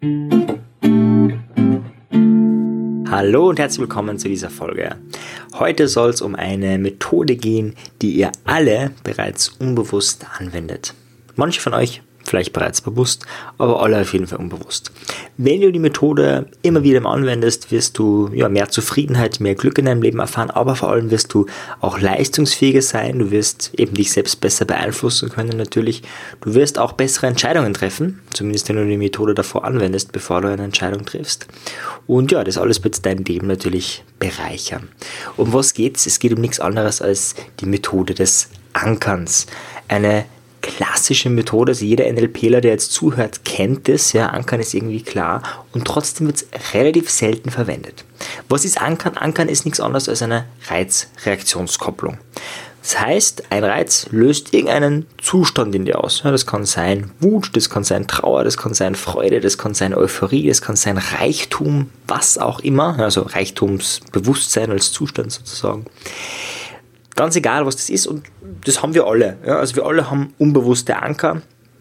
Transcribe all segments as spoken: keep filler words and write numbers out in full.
Hallo und herzlich willkommen zu dieser Folge. Heute soll es um eine Methode gehen, die ihr alle bereits unbewusst anwendet. Manche von euch vielleicht bereits bewusst, aber alle auf jeden Fall unbewusst. Wenn du die Methode immer wieder mal anwendest, wirst du ja, mehr Zufriedenheit, mehr Glück in deinem Leben erfahren, aber vor allem wirst du auch leistungsfähiger sein, du wirst eben dich selbst besser beeinflussen können natürlich, du wirst auch bessere Entscheidungen treffen, zumindest wenn du die Methode davor anwendest, bevor du eine Entscheidung triffst. Und ja, das alles wird dein Leben natürlich bereichern. Um was geht's? Es geht um nichts anderes als die Methode des Ankerns. Eine klassische Methode, also jeder NLPler, der jetzt zuhört, kennt es, ja, Ankern ist irgendwie klar und trotzdem wird es relativ selten verwendet. Was ist Ankern? Ankern ist nichts anderes als eine Reizreaktionskopplung. Das heißt, ein Reiz löst irgendeinen Zustand in dir aus. Ja, das kann sein Wut, das kann sein Trauer, das kann sein Freude, das kann sein Euphorie, das kann sein Reichtum, was auch immer, also Reichtumsbewusstsein als Zustand sozusagen. Ganz egal, was das ist, und das haben wir alle. Ja? Also wir alle haben unbewusste Anker.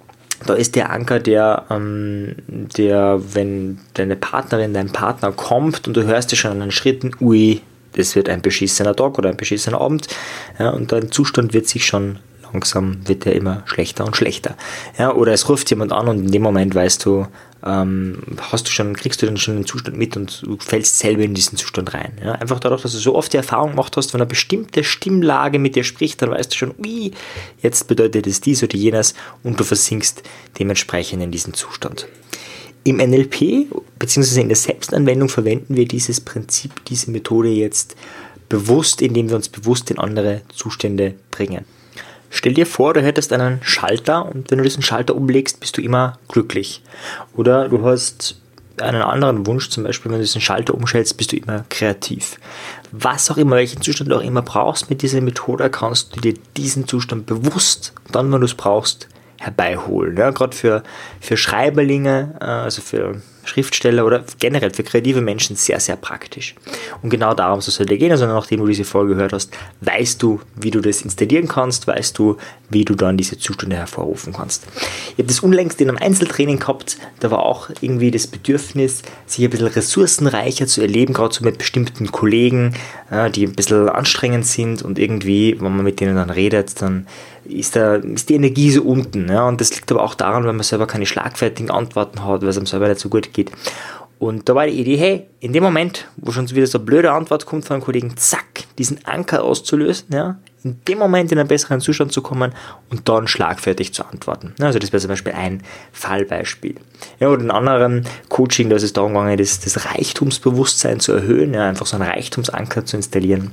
Da ist der Anker, der, ähm, der, wenn deine Partnerin, dein Partner kommt und du hörst ja schon an den Schritten, ui, das wird ein beschissener Tag oder ein beschissener Abend, ja, und dein Zustand wird sich schon langsam, wird der immer schlechter und schlechter. Ja, oder es ruft jemand an und in dem Moment weißt du, ähm, hast du schon, kriegst du dann schon den Zustand mit und du fällst selber in diesen Zustand rein. Ja, einfach dadurch, dass du so oft die Erfahrung gemacht hast, wenn eine bestimmte Stimmlage mit dir spricht, dann weißt du schon, ui, jetzt bedeutet es dies oder jenes und du versinkst dementsprechend in diesen Zustand. Im N L P bzw. in der Selbstanwendung verwenden wir dieses Prinzip, diese Methode jetzt bewusst, indem wir uns bewusst in andere Zustände bringen. Stell dir vor, du hättest einen Schalter und wenn du diesen Schalter umlegst, bist du immer glücklich. Oder du hast einen anderen Wunsch, zum Beispiel, wenn du diesen Schalter umstellst, bist du immer kreativ. Was auch immer, welchen Zustand du auch immer brauchst, mit dieser Methode kannst du dir diesen Zustand bewusst, dann, wenn du es brauchst, herbeiholen. Ja, gerade für, für Schreiberlinge, also für Schriftsteller oder generell für kreative Menschen sehr, sehr praktisch. Und genau darum soll es heute gehen. Also nachdem du diese Folge gehört hast, weißt du, wie du das installieren kannst, weißt du, wie du dann diese Zustände hervorrufen kannst. Ich habe das unlängst in einem Einzeltraining gehabt, da war auch irgendwie das Bedürfnis, sich ein bisschen ressourcenreicher zu erleben, gerade so mit bestimmten Kollegen, die ein bisschen anstrengend sind und irgendwie, wenn man mit denen dann redet, dann ist, da, ist die Energie so unten. Ja? Und das liegt aber auch daran, weil man selber keine schlagfertigen Antworten hat, weil es einem selber nicht so gut geht. Und da war die Idee, hey, in dem Moment, wo schon wieder so eine blöde Antwort kommt von einem Kollegen, zack, diesen Anker auszulösen, ja, in dem Moment in einen besseren Zustand zu kommen und dann schlagfertig zu antworten. Also das wäre zum Beispiel ein Fallbeispiel. Ja, oder in anderen Coaching, da ist es darum gegangen, das, das Reichtumsbewusstsein zu erhöhen, ja, einfach so einen Reichtumsanker zu installieren.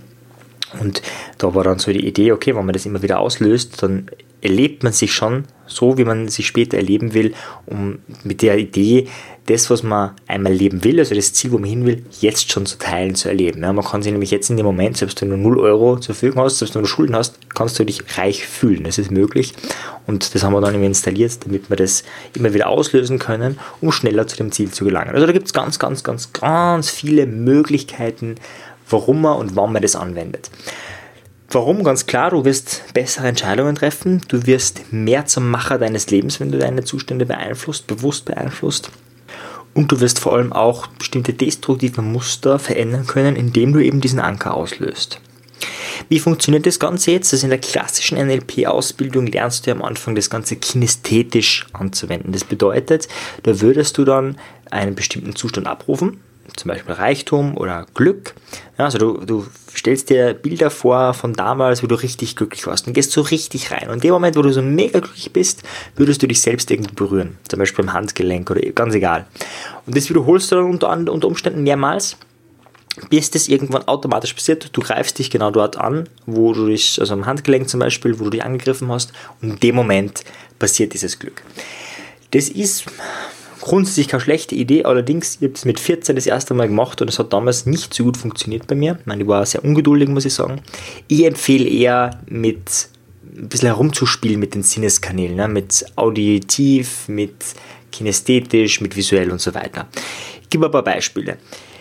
Und da war dann so die Idee, okay, wenn man das immer wieder auslöst, dann erlebt man sich schon so, wie man sich später erleben will, um mit der Idee, das, was man einmal leben will, also das Ziel, wo man hin will, jetzt schon zu teilen, zu erleben. Ja, man kann sich nämlich jetzt in dem Moment, selbst wenn du null Euro zur Verfügung hast, selbst wenn du Schulden hast, kannst du dich reich fühlen. Das ist möglich. Und das haben wir dann immer installiert, damit wir das immer wieder auslösen können, um schneller zu dem Ziel zu gelangen. Also da gibt es ganz, ganz, ganz, ganz viele Möglichkeiten, warum man und wann man das anwendet. Warum? Ganz klar, du wirst bessere Entscheidungen treffen, du wirst mehr zum Macher deines Lebens, wenn du deine Zustände beeinflusst, bewusst beeinflusst. Und du wirst vor allem auch bestimmte destruktive Muster verändern können, indem du eben diesen Anker auslöst. Wie funktioniert das Ganze jetzt? Also in der klassischen N L P-Ausbildung lernst du am Anfang das Ganze kinästhetisch anzuwenden. Das bedeutet, da würdest du dann einen bestimmten Zustand abrufen, zum Beispiel Reichtum oder Glück. Ja, also du, du stellst dir Bilder vor von damals, wo du richtig glücklich warst und gehst so richtig rein. Und in dem Moment, wo du so mega glücklich bist, würdest du dich selbst irgendwie berühren. Zum Beispiel im Handgelenk oder ganz egal. Und das wiederholst du dann unter, unter Umständen mehrmals, bis das irgendwann automatisch passiert. Du greifst dich genau dort an, wo du dich, also am Handgelenk zum Beispiel, wo du dich angegriffen hast. Und in dem Moment passiert dieses Glück. Das ist grundsätzlich keine schlechte Idee, allerdings, ich habe das mit vierzehn das erste Mal gemacht und es hat damals nicht so gut funktioniert bei mir. Ich meine, ich war sehr ungeduldig, muss ich sagen. Ich empfehle eher, mit ein bisschen herumzuspielen mit den Sinneskanälen, ne? Mit auditiv, mit kinästhetisch, mit visuell und so weiter. Ich gebe ein paar Beispiele.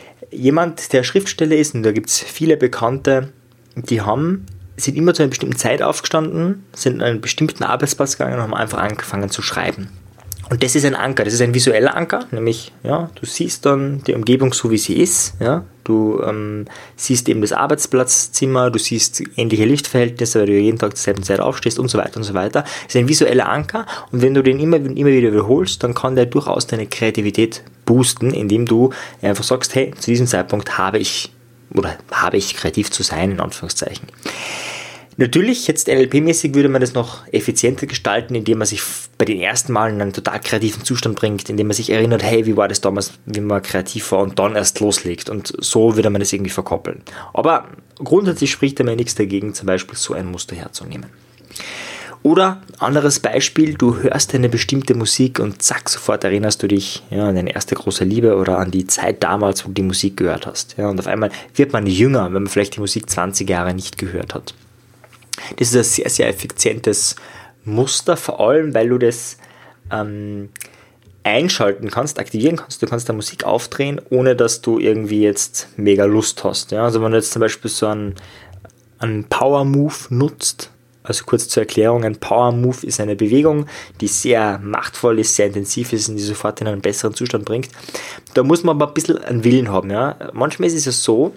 Jemand, der Schriftsteller ist, und da gibt es viele Bekannte, die haben, sind immer zu einer bestimmten Zeit aufgestanden, sind an einen bestimmten Arbeitsplatz gegangen und haben einfach angefangen zu schreiben. Und das ist ein Anker, das ist ein visueller Anker, nämlich, ja, du siehst dann die Umgebung so, wie sie ist, ja, du ähm, siehst eben das Arbeitsplatzzimmer, du siehst ähnliche Lichtverhältnisse, weil du jeden Tag zur selben Zeit aufstehst und so weiter und so weiter. Das ist ein visueller Anker und wenn du den immer, immer wieder wiederholst, dann kann der durchaus deine Kreativität boosten, indem du einfach sagst, hey, zu diesem Zeitpunkt habe ich, oder habe ich kreativ zu sein, in Anführungszeichen. Natürlich, jetzt N L P-mäßig würde man das noch effizienter gestalten, indem man sich bei den ersten Malen in einen total kreativen Zustand bringt, indem man sich erinnert, hey, wie war das damals, wie man kreativ war und dann erst loslegt. Und so würde man das irgendwie verkoppeln. Aber grundsätzlich spricht einmal nichts dagegen, zum Beispiel so ein Muster herzunehmen. Oder anderes Beispiel, du hörst eine bestimmte Musik und zack, sofort erinnerst du dich ja, an deine erste große Liebe oder an die Zeit damals, wo du die Musik gehört hast. Ja, und auf einmal wird man jünger, wenn man vielleicht die Musik zwanzig Jahre nicht gehört hat. Das ist ein sehr, sehr effizientes Muster, vor allem, weil du das ähm, einschalten kannst, aktivieren kannst. Du kannst da Musik aufdrehen, ohne dass du irgendwie jetzt mega Lust hast. Ja? Also wenn du jetzt zum Beispiel so einen, einen Power-Move nutzt, also kurz zur Erklärung, ein Power-Move ist eine Bewegung, die sehr machtvoll ist, sehr intensiv ist und die sofort in einen besseren Zustand bringt. Da muss man aber ein bisschen einen Willen haben. Ja? Manchmal ist es so,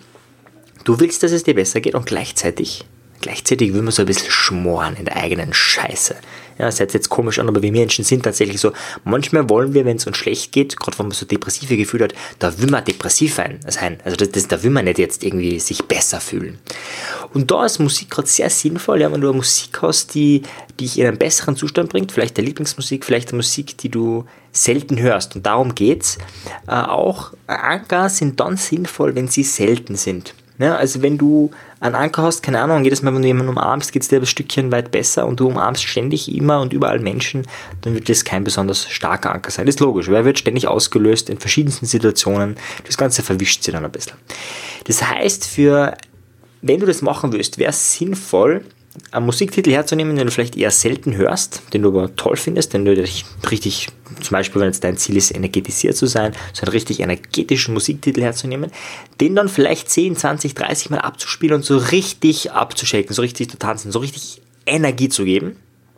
du willst, dass es dir besser geht und gleichzeitig Gleichzeitig will man so ein bisschen schmoren in der eigenen Scheiße. Ja, das hört sich jetzt komisch an, aber wir Menschen sind tatsächlich so, manchmal wollen wir, wenn es uns schlecht geht, gerade wenn man so depressive Gefühle hat, da will man depressiv sein. Also das, das, da will man nicht jetzt irgendwie sich besser fühlen. Und da ist Musik gerade sehr sinnvoll, ja, wenn du eine Musik hast, die dich in einen besseren Zustand bringt, vielleicht der Lieblingsmusik, vielleicht eine Musik, die du selten hörst. Und darum geht's. Äh, auch Anker sind dann sinnvoll, wenn sie selten sind. Ja, also wenn du einen Anker hast, keine Ahnung, jedes Mal, wenn du jemanden umarmst, geht es dir ein Stückchen weit besser und du umarmst ständig immer und überall Menschen, dann wird das kein besonders starker Anker sein. Das ist logisch, weil er wird ständig ausgelöst in verschiedensten Situationen. Das Ganze verwischt sich dann ein bisschen. Das heißt, für, wenn du das machen willst, wäre es sinnvoll, einen Musiktitel herzunehmen, den du vielleicht eher selten hörst, den du aber toll findest, den du dich richtig, zum Beispiel, wenn jetzt dein Ziel ist, energetisiert zu sein, so einen richtig energetischen Musiktitel herzunehmen, den dann vielleicht zehn, zwanzig, dreißig Mal abzuspielen und so richtig abzuschaken, so richtig zu tanzen, so richtig Energie zu geben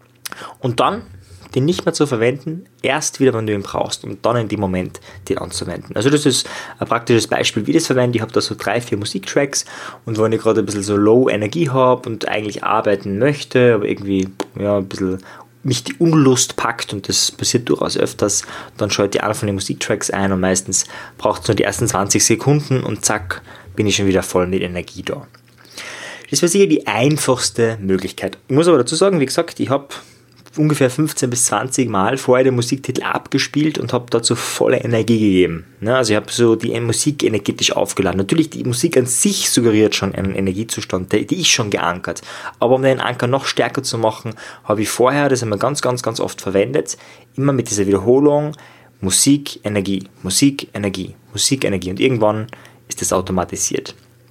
und dann den nicht mehr zu verwenden, erst wieder, wenn du ihn brauchst und dann in dem Moment den anzuwenden. Also das ist ein praktisches Beispiel, wie ich das verwende. Ich habe da so drei, vier Musiktracks und wenn ich gerade ein bisschen so Low Energie habe und eigentlich arbeiten möchte, aber irgendwie ja, ein bisschen mich die Unlust packt und das passiert durchaus öfters, dann schalte ich einer von den Musiktracks ein und meistens braucht es nur die ersten zwanzig Sekunden und zack, bin ich schon wieder voll mit Energie da. Das war sicher die einfachste Möglichkeit. Ich muss aber dazu sagen, wie gesagt, ich habe ungefähr fünfzehn bis zwanzig Mal vorher den Musiktitel abgespielt und habe dazu volle Energie gegeben. Ja, also ich habe so die Musik energetisch aufgeladen. Natürlich, die Musik an sich suggeriert schon einen Energiezustand, die, die ist schon geankert. Aber um den Anker noch stärker zu machen, habe ich vorher, das haben wir ganz, ganz, ganz oft verwendet, immer mit dieser Wiederholung Musik, Energie, Musik, Energie, Musik, Energie. Und irgendwann ist das automatisiert.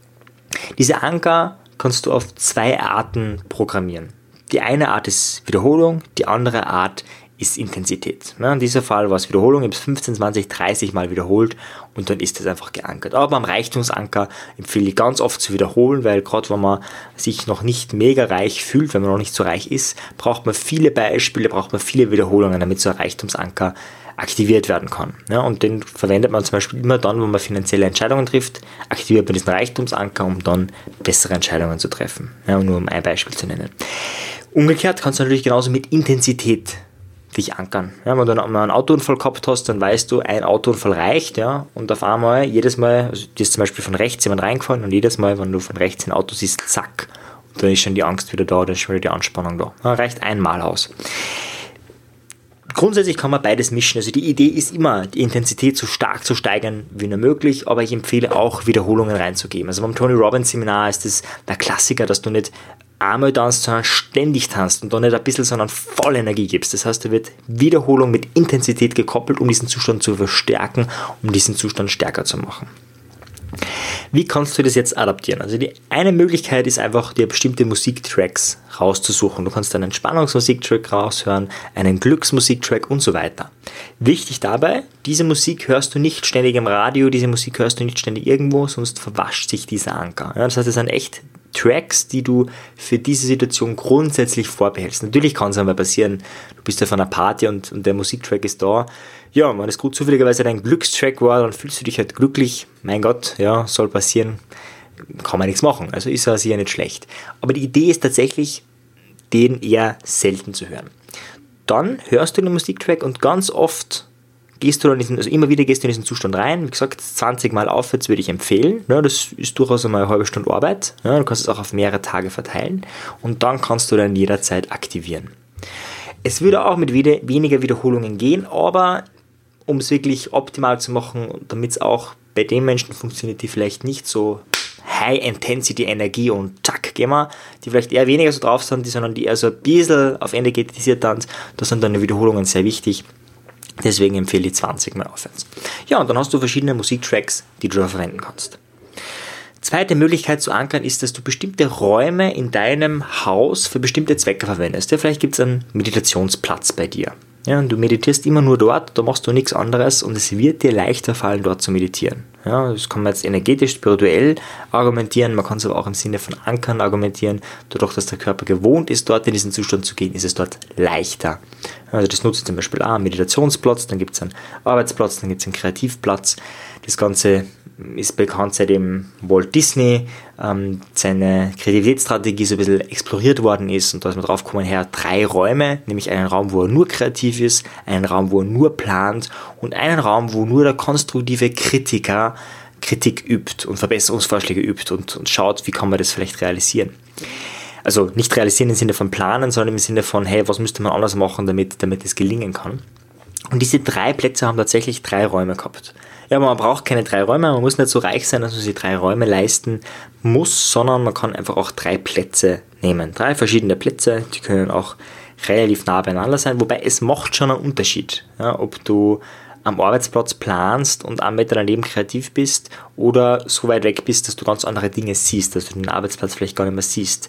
Diese Anker kannst du auf zwei Arten programmieren. Die eine Art ist Wiederholung, die andere Art ist Intensität. In diesem Fall war es Wiederholung, ich habe es fünfzehn, zwanzig, dreißig Mal wiederholt und dann ist das einfach geankert. Aber beim Reichtumsanker empfehle ich ganz oft zu wiederholen, weil gerade wenn man sich noch nicht mega reich fühlt, wenn man noch nicht so reich ist, braucht man viele Beispiele, braucht man viele Wiederholungen, damit so ein Reichtumsanker aktiviert werden kann. Ja, und den verwendet man zum Beispiel immer dann, wenn man finanzielle Entscheidungen trifft, aktiviert man diesen Reichtumsanker, um dann bessere Entscheidungen zu treffen. Ja, nur um ein Beispiel zu nennen. Umgekehrt kannst du natürlich genauso mit Intensität dich ankern. Ja, wenn du einen Autounfall gehabt hast, dann weißt du, ein Autounfall reicht, ja, und auf einmal, jedes Mal, also dir ist zum Beispiel von rechts jemand reingefallen und jedes Mal, wenn du von rechts ein Auto siehst, zack, dann ist schon die Angst wieder da, dann ist schon wieder die Anspannung da. Ja, reicht einmal aus. Grundsätzlich kann man beides mischen. Also die Idee ist immer, die Intensität so stark zu steigern wie nur möglich, aber ich empfehle auch, Wiederholungen reinzugeben. Also beim Tony Robbins Seminar ist das der Klassiker, dass du nicht einmal tanzt, sondern ständig tanzt und dann nicht ein bisschen, sondern voll Energie gibst. Das heißt, da wird Wiederholung mit Intensität gekoppelt, um diesen Zustand zu verstärken, um diesen Zustand stärker zu machen. Wie kannst du das jetzt adaptieren? Also die eine Möglichkeit ist einfach, dir bestimmte Musiktracks rauszusuchen. Du kannst einen Entspannungsmusiktrack raushören, einen Glücksmusiktrack und so weiter. Wichtig dabei, diese Musik hörst du nicht ständig im Radio, diese Musik hörst du nicht ständig irgendwo, sonst verwascht sich dieser Anker. Ja, das heißt, es sind echt Tracks, die du für diese Situation grundsätzlich vorbehältst. Natürlich kann es einmal passieren, du bist auf einer Party und, und der Musiktrack ist da. Ja, wenn es gut zufälligerweise dein Glückstrack war, dann fühlst du dich halt glücklich. Mein Gott, ja, soll passieren. Kann man nichts machen. Also ist er sicher nicht schlecht. Aber die Idee ist tatsächlich, den eher selten zu hören. Dann hörst du den Musiktrack und ganz oft gehst du dann in diesen, also immer wieder gehst du in diesen Zustand rein. Wie gesagt, zwanzig Mal aufwärts würde ich empfehlen. Ja, das ist durchaus einmal eine halbe Stunde Arbeit. Ja, du kannst es auch auf mehrere Tage verteilen und dann kannst du dann jederzeit aktivieren. Es würde auch mit weniger Wiederholungen gehen, aber um es wirklich optimal zu machen, damit es auch bei den Menschen funktioniert, die vielleicht nicht so High-Intensity-Energie und zack, gehen wir, die vielleicht eher weniger so drauf sind, sondern die eher so ein bisschen auf energetisiert sind, da sind dann die Wiederholungen sehr wichtig. Deswegen empfehle ich zwanzig Mal aufwärts. Ja, und dann hast du verschiedene Musiktracks, die du da verwenden kannst. Zweite Möglichkeit zu ankern ist, dass du bestimmte Räume in deinem Haus für bestimmte Zwecke verwendest. Ja, vielleicht gibt es einen Meditationsplatz bei dir. Ja, und du meditierst immer nur dort, da machst du nichts anderes und es wird dir leichter fallen, dort zu meditieren. Ja, das kann man jetzt energetisch, spirituell argumentieren, man kann es aber auch im Sinne von Ankern argumentieren. Dadurch, dass der Körper gewohnt ist, dort in diesen Zustand zu gehen, ist es dort leichter. Also das nutzt zum Beispiel auch einen Meditationsplatz, dann gibt es einen Arbeitsplatz, dann gibt es einen Kreativplatz. Das Ganze ist bekannt, seitdem Walt Disney ähm, seine Kreativitätsstrategie so ein bisschen exploriert worden ist und da ist man drauf gekommen, her drei Räume, nämlich einen Raum, wo er nur kreativ ist, einen Raum, wo er nur plant und einen Raum, wo nur der konstruktive Kritiker Kritik übt und Verbesserungsvorschläge übt und, und schaut, wie kann man das vielleicht realisieren. Also nicht realisieren im Sinne von planen, sondern im Sinne von, hey, was müsste man anders machen, damit, damit es gelingen kann. Und diese drei Plätze haben tatsächlich drei Räume gehabt. Ja, aber man braucht keine drei Räume, man muss nicht so reich sein, dass man sich drei Räume leisten muss, sondern man kann einfach auch drei Plätze nehmen. Drei verschiedene Plätze, die können auch relativ nah beieinander sein, wobei es macht schon einen Unterschied, ja, ob du am Arbeitsplatz planst und einen Meter daneben kreativ bist oder so weit weg bist, dass du ganz andere Dinge siehst, dass du den Arbeitsplatz vielleicht gar nicht mehr siehst.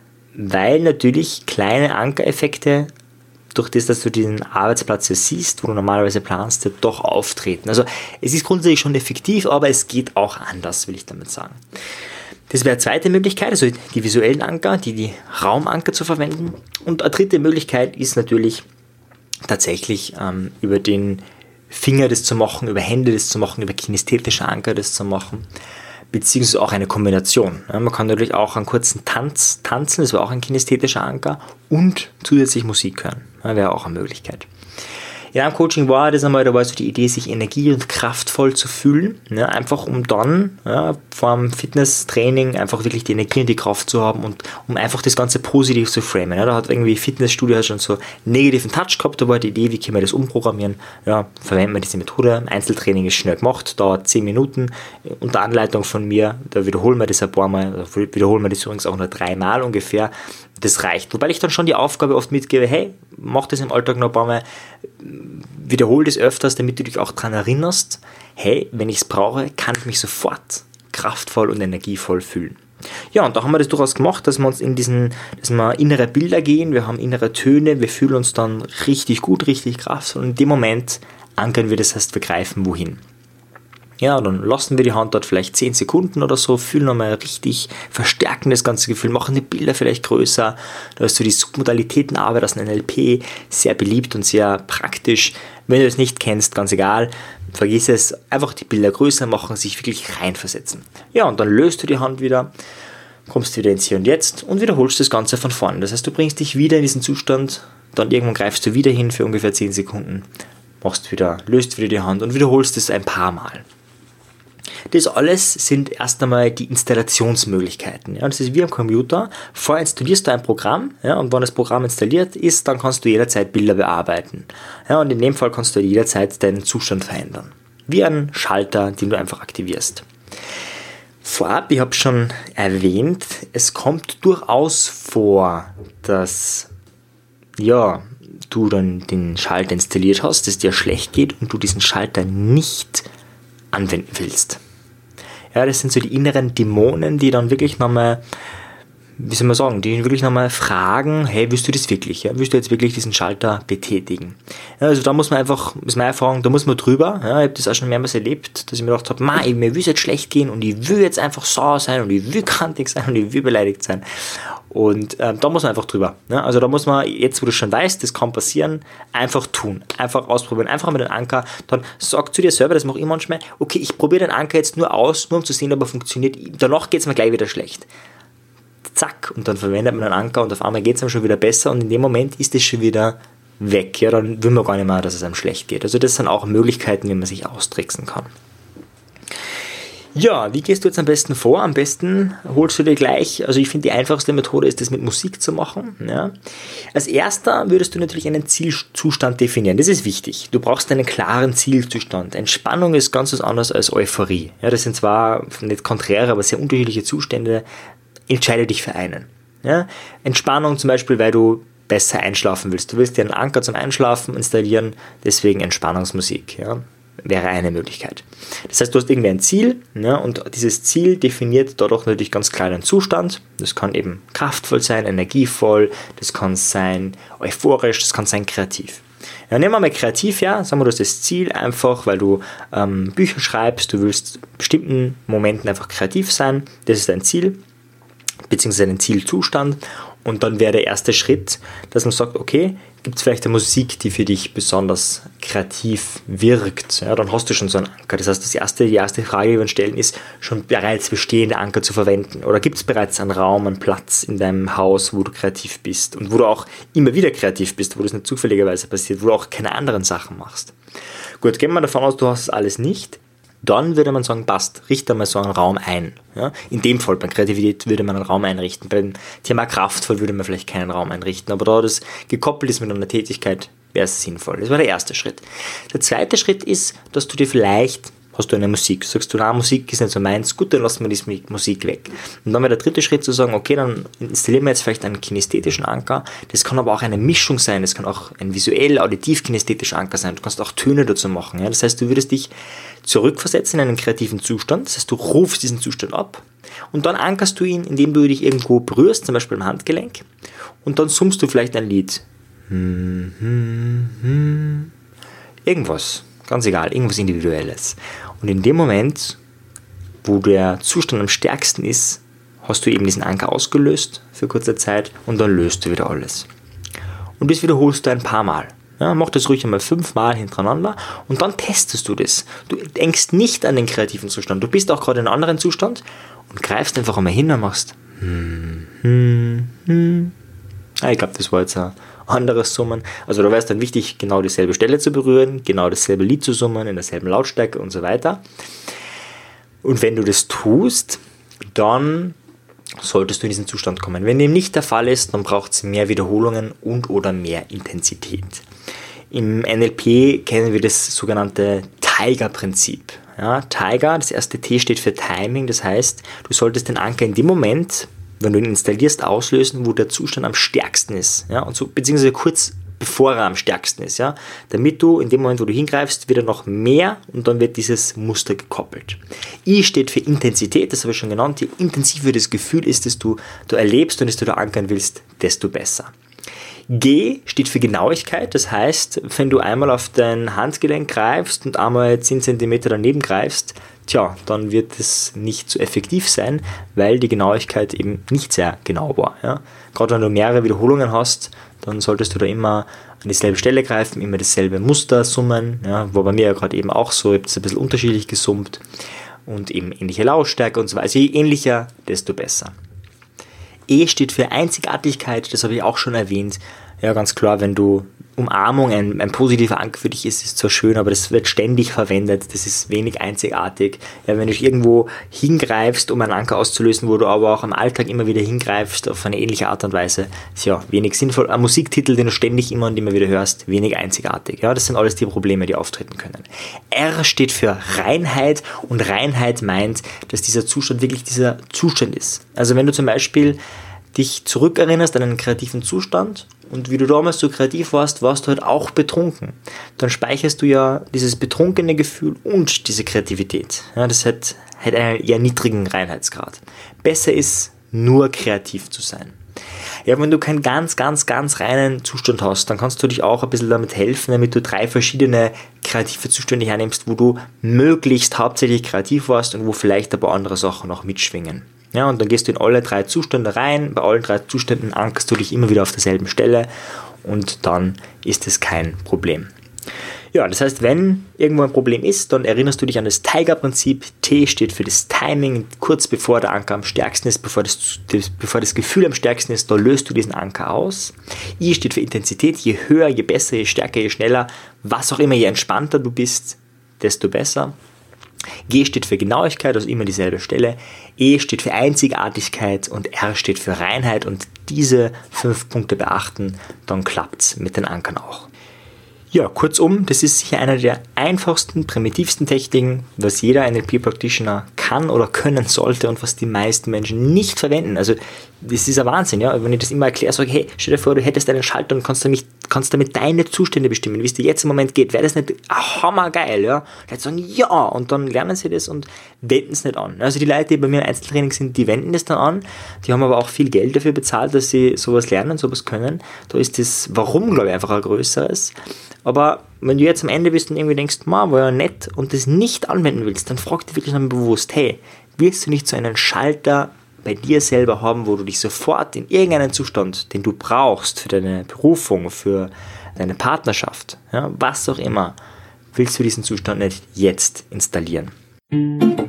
Weil natürlich kleine Ankereffekte durch das, dass du diesen Arbeitsplatz siehst, wo du normalerweise planst, doch auftreten. Also es ist grundsätzlich schon effektiv, aber es geht auch anders, will ich damit sagen. Das wäre eine zweite Möglichkeit, also die visuellen Anker, die, die Raumanker zu verwenden. Und eine dritte Möglichkeit ist natürlich tatsächlich ähm, über den Finger das zu machen, über Hände das zu machen, über kinästhetische Anker das zu machen, beziehungsweise auch eine Kombination. Ja, man kann natürlich auch einen kurzen Tanz tanzen, das wäre auch ein kinästhetischer Anker, und zusätzlich Musik hören, ja, wäre auch eine Möglichkeit. Ja, im Coaching war das einmal, da war so die Idee, sich energie- und kraftvoll zu fühlen, ja, einfach um dann ja, vor dem Fitnesstraining einfach wirklich die Energie und die Kraft zu haben und um einfach das Ganze positiv zu framen. Ja, da hat irgendwie Fitnessstudio hat schon so einen negativen Touch gehabt, da war die Idee, wie können wir das umprogrammieren, ja, verwenden wir diese Methode, Einzeltraining ist schnell gemacht, dauert zehn Minuten, unter Anleitung von mir, da wiederholen wir das ein paar Mal, wiederholen wir das übrigens auch nur dreimal ungefähr, das reicht. Wobei ich dann schon die Aufgabe oft mitgebe, hey, mach das im Alltag noch ein paar Mal, wiederhole das öfters, damit du dich auch daran erinnerst, hey, wenn ich es brauche, kann ich mich sofort kraftvoll und energievoll fühlen. Ja, und da haben wir das durchaus gemacht, dass wir uns in diesen, dass wir innere Bilder gehen, wir haben innere Töne, wir fühlen uns dann richtig gut, richtig kraftvoll und in dem Moment ankern wir, das heißt, wir greifen wohin. Ja, dann lassen wir die Hand dort vielleicht zehn Sekunden oder so, fühlen nochmal richtig, verstärken das ganze Gefühl, machen die Bilder vielleicht größer. Da ist so die Submodalitätenarbeit aus dem N L P sehr beliebt und sehr praktisch. Wenn du das nicht kennst, ganz egal, vergiss es, einfach die Bilder größer machen, sich wirklich reinversetzen. Ja, und dann löst du die Hand wieder, kommst wieder ins Hier und Jetzt und wiederholst das Ganze von vorne. Das heißt, du bringst dich wieder in diesen Zustand, dann irgendwann greifst du wieder hin für ungefähr zehn Sekunden, machst wieder, löst wieder die Hand und wiederholst es ein paar Mal. Das alles sind erst einmal die Installationsmöglichkeiten. Ja, das ist wie am Computer. Vorher installierst du ein Programm, ja, und wenn das Programm installiert ist, dann kannst du jederzeit Bilder bearbeiten. Ja, und in dem Fall kannst du jederzeit deinen Zustand verändern. Wie ein Schalter, den du einfach aktivierst. Vorab, ich habe schon erwähnt, es kommt durchaus vor, dass ja, du dann den Schalter installiert hast, dass dir schlecht geht und du diesen Schalter nicht anwenden willst. Ja, das sind so die inneren Dämonen, die dann wirklich nochmal wie soll man sagen, die wirklich nochmal fragen, hey, willst du das wirklich? Ja? Willst du jetzt wirklich diesen Schalter betätigen? Ja, also da muss man einfach, ist meine Erfahrung, da muss man drüber. Ja, ich habe das auch schon mehrmals erlebt, dass ich mir gedacht habe, ma, mir will es jetzt schlecht gehen und ich will jetzt einfach sauer sein und ich will kantig sein und ich will beleidigt sein. Und ähm, da muss man einfach drüber. Ja? Also da muss man, jetzt wo du schon weißt, das kann passieren, einfach tun. Einfach ausprobieren. Einfach mit dem Anker. Dann sag zu dir selber, das mache ich manchmal, okay, ich probiere den Anker jetzt nur aus, nur um zu sehen, ob er funktioniert. Danach geht es mir gleich wieder schlecht. Zack, und dann verwendet man einen Anker und auf einmal geht es einem schon wieder besser und in dem Moment ist es schon wieder weg. Ja, dann will man gar nicht mehr, dass es einem schlecht geht. Also das sind auch Möglichkeiten, wie man sich austricksen kann. Ja, wie gehst du jetzt am besten vor? Am besten holst du dir gleich, also ich finde die einfachste Methode ist, das mit Musik zu machen. Ja. Als erster würdest du natürlich einen Zielzustand definieren. Das ist wichtig. Du brauchst einen klaren Zielzustand. Entspannung ist ganz was anderes als Euphorie. Ja, das sind zwar nicht konträre, aber sehr unterschiedliche Zustände. Entscheide dich für einen. Ja? Entspannung zum Beispiel, weil du besser einschlafen willst. Du willst dir einen Anker zum Einschlafen installieren, deswegen Entspannungsmusik. Ja? Wäre eine Möglichkeit. Das heißt, du hast irgendwie ein Ziel, ja, und dieses Ziel definiert dadurch natürlich ganz klar einen Zustand. Das kann eben kraftvoll sein, energievoll, das kann sein euphorisch, das kann sein kreativ. Ja, nehmen wir mal kreativ, ja, sagen wir, du hast das Ziel einfach, weil du ähm, Bücher schreibst, du willst in bestimmten Momenten einfach kreativ sein, das ist dein Ziel, beziehungsweise einen Zielzustand, und dann wäre der erste Schritt, dass man sagt, okay, gibt es vielleicht eine Musik, die für dich besonders kreativ wirkt, ja, dann hast du schon so einen Anker. Das heißt, das erste, die erste Frage, die wir stellen, ist, schon bereits bestehende Anker zu verwenden, oder gibt es bereits einen Raum, einen Platz in deinem Haus, wo du kreativ bist und wo du auch immer wieder kreativ bist, wo das nicht zufälligerweise passiert, wo du auch keine anderen Sachen machst. Gut, gehen wir davon aus, du hast es alles nicht. Dann würde man sagen, passt, richte mal so einen Raum ein. Ja? In dem Fall, bei Kreativität würde man einen Raum einrichten. Beim Thema kraftvoll würde man vielleicht keinen Raum einrichten. Aber da das gekoppelt ist mit einer Tätigkeit, wäre es sinnvoll. Das war der erste Schritt. Der zweite Schritt ist, dass du dir vielleicht, hast du eine Musik, sagst du, na, Musik ist nicht so meins, gut, dann lassen wir die Musik weg. Und dann wäre der dritte Schritt zu sagen, okay, dann installieren wir jetzt vielleicht einen kinästhetischen Anker. Das kann aber auch eine Mischung sein, das kann auch ein visuell, auditiv kinästhetischer Anker sein. Du kannst auch Töne dazu machen. Ja? Das heißt, du würdest dich zurückversetzen in einen kreativen Zustand. Das heißt, du rufst diesen Zustand ab und dann ankerst du ihn, indem du dich irgendwo berührst, zum Beispiel am Handgelenk, und dann summst du vielleicht ein Lied. Irgendwas, ganz egal, irgendwas Individuelles. Und in dem Moment, wo der Zustand am stärksten ist, hast du eben diesen Anker ausgelöst für kurze Zeit und dann löst du wieder alles. Und das wiederholst du ein paar Mal. Ja, mach das ruhig einmal fünfmal hintereinander und dann testest du das. Du denkst nicht an den kreativen Zustand. Du bist auch gerade in einem anderen Zustand und greifst einfach einmal hin und machst hm, hm, hm. Ah, ich glaube, das war jetzt ein anderes Summen. Also da wäre es dann wichtig, genau dieselbe Stelle zu berühren, genau dasselbe Lied zu summen, in derselben Lautstärke und so weiter. Und wenn du das tust, dann solltest du in diesen Zustand kommen. Wenn dem nicht der Fall ist, dann braucht es mehr Wiederholungen und oder mehr Intensität. Im N L P kennen wir das sogenannte Tiger-Prinzip. Ja, Tiger, das erste T steht für Timing, das heißt, du solltest den Anker in dem Moment, wenn du ihn installierst, auslösen, wo der Zustand am stärksten ist. Ja, und so, beziehungsweise kurz bevor er am stärksten ist. Ja, damit du in dem Moment, wo du hingreifst, wieder noch mehr und dann wird dieses Muster gekoppelt. I steht für Intensität, das habe ich schon genannt. Je intensiver das Gefühl ist, das du, du erlebst und das du da ankern willst, desto besser. G steht für Genauigkeit, das heißt, wenn du einmal auf dein Handgelenk greifst und einmal zehn Zentimeter daneben greifst, tja, dann wird es nicht so effektiv sein, weil die Genauigkeit eben nicht sehr genau war. Ja? Gerade wenn du mehrere Wiederholungen hast, dann solltest du da immer an dieselbe Stelle greifen, immer dasselbe Muster summen. Ja? War bei mir ja gerade eben auch so, ich habe es ein bisschen unterschiedlich gesummt und eben ähnliche Lautstärke und so weiter. Also je ähnlicher, desto besser. E steht für Einzigartigkeit, das habe ich auch schon erwähnt. Ja, ganz klar, wenn du Umarmung ein, ein positiver Anker für dich ist, ist zwar schön, aber das wird ständig verwendet, das ist wenig einzigartig. Ja, wenn du irgendwo hingreifst, um einen Anker auszulösen, wo du aber auch im Alltag immer wieder hingreifst, auf eine ähnliche Art und Weise, ist ja wenig sinnvoll. Ein Musiktitel, den du ständig immer und immer wieder hörst, wenig einzigartig. Ja, das sind alles die Probleme, die auftreten können. R steht für Reinheit und Reinheit meint, dass dieser Zustand wirklich dieser Zustand ist. Also wenn du zum Beispiel dich zurückerinnerst an einen kreativen Zustand und wie du damals so kreativ warst, warst du halt auch betrunken. Dann speicherst du ja dieses betrunkene Gefühl und diese Kreativität. Ja, das hat, hat einen eher niedrigen Reinheitsgrad. Besser ist, nur kreativ zu sein. Ja, wenn du keinen ganz, ganz, ganz reinen Zustand hast, dann kannst du dich auch ein bisschen damit helfen, damit du drei verschiedene kreative Zustände hernimmst, wo du möglichst hauptsächlich kreativ warst und wo vielleicht ein paar andere Sachen noch mitschwingen. Ja, und dann gehst du in alle drei Zustände rein, bei allen drei Zuständen ankerst du dich immer wieder auf derselben Stelle und dann ist es kein Problem. Ja, das heißt, wenn irgendwo ein Problem ist, dann erinnerst du dich an das Tiger-Prinzip. T steht für das Timing, kurz bevor der Anker am stärksten ist, bevor das, das, bevor das Gefühl am stärksten ist, da löst du diesen Anker aus. I steht für Intensität, je höher, je besser, je stärker, je schneller, was auch immer, je entspannter du bist, desto besser. G steht für Genauigkeit, also immer dieselbe Stelle. E steht für Einzigartigkeit und R steht für Reinheit und diese fünf Punkte beachten, dann klappt es mit den Ankern auch. Ja, kurzum, das ist sicher eine der einfachsten, primitivsten Techniken, was jeder N L P-Practitioner kann oder können sollte und was die meisten Menschen nicht verwenden. Also das ist ein Wahnsinn, ja. Wenn ich das immer erkläre, sage ich, hey, stell dir vor, du hättest einen Schalter und kannst damit, kannst damit deine Zustände bestimmen, wie es dir jetzt im Moment geht. Wäre das nicht hammergeil, ja? Leute sagen, ja, und dann lernen sie das und wenden es nicht an. Also die Leute, die bei mir im Einzeltraining sind, die wenden das dann an. Die haben aber auch viel Geld dafür bezahlt, dass sie sowas lernen, sowas können. Da ist das Warum, glaube ich, einfach ein größeres. Aber wenn du jetzt am Ende bist und irgendwie denkst, ma, war ja nett und das nicht anwenden willst, dann frag dich wirklich nochmal bewusst, hey, willst du nicht so einen Schalter bei dir selber haben, wo du dich sofort in irgendeinen Zustand, den du brauchst für deine Berufung, für deine Partnerschaft, ja, was auch immer, willst du diesen Zustand nicht jetzt installieren?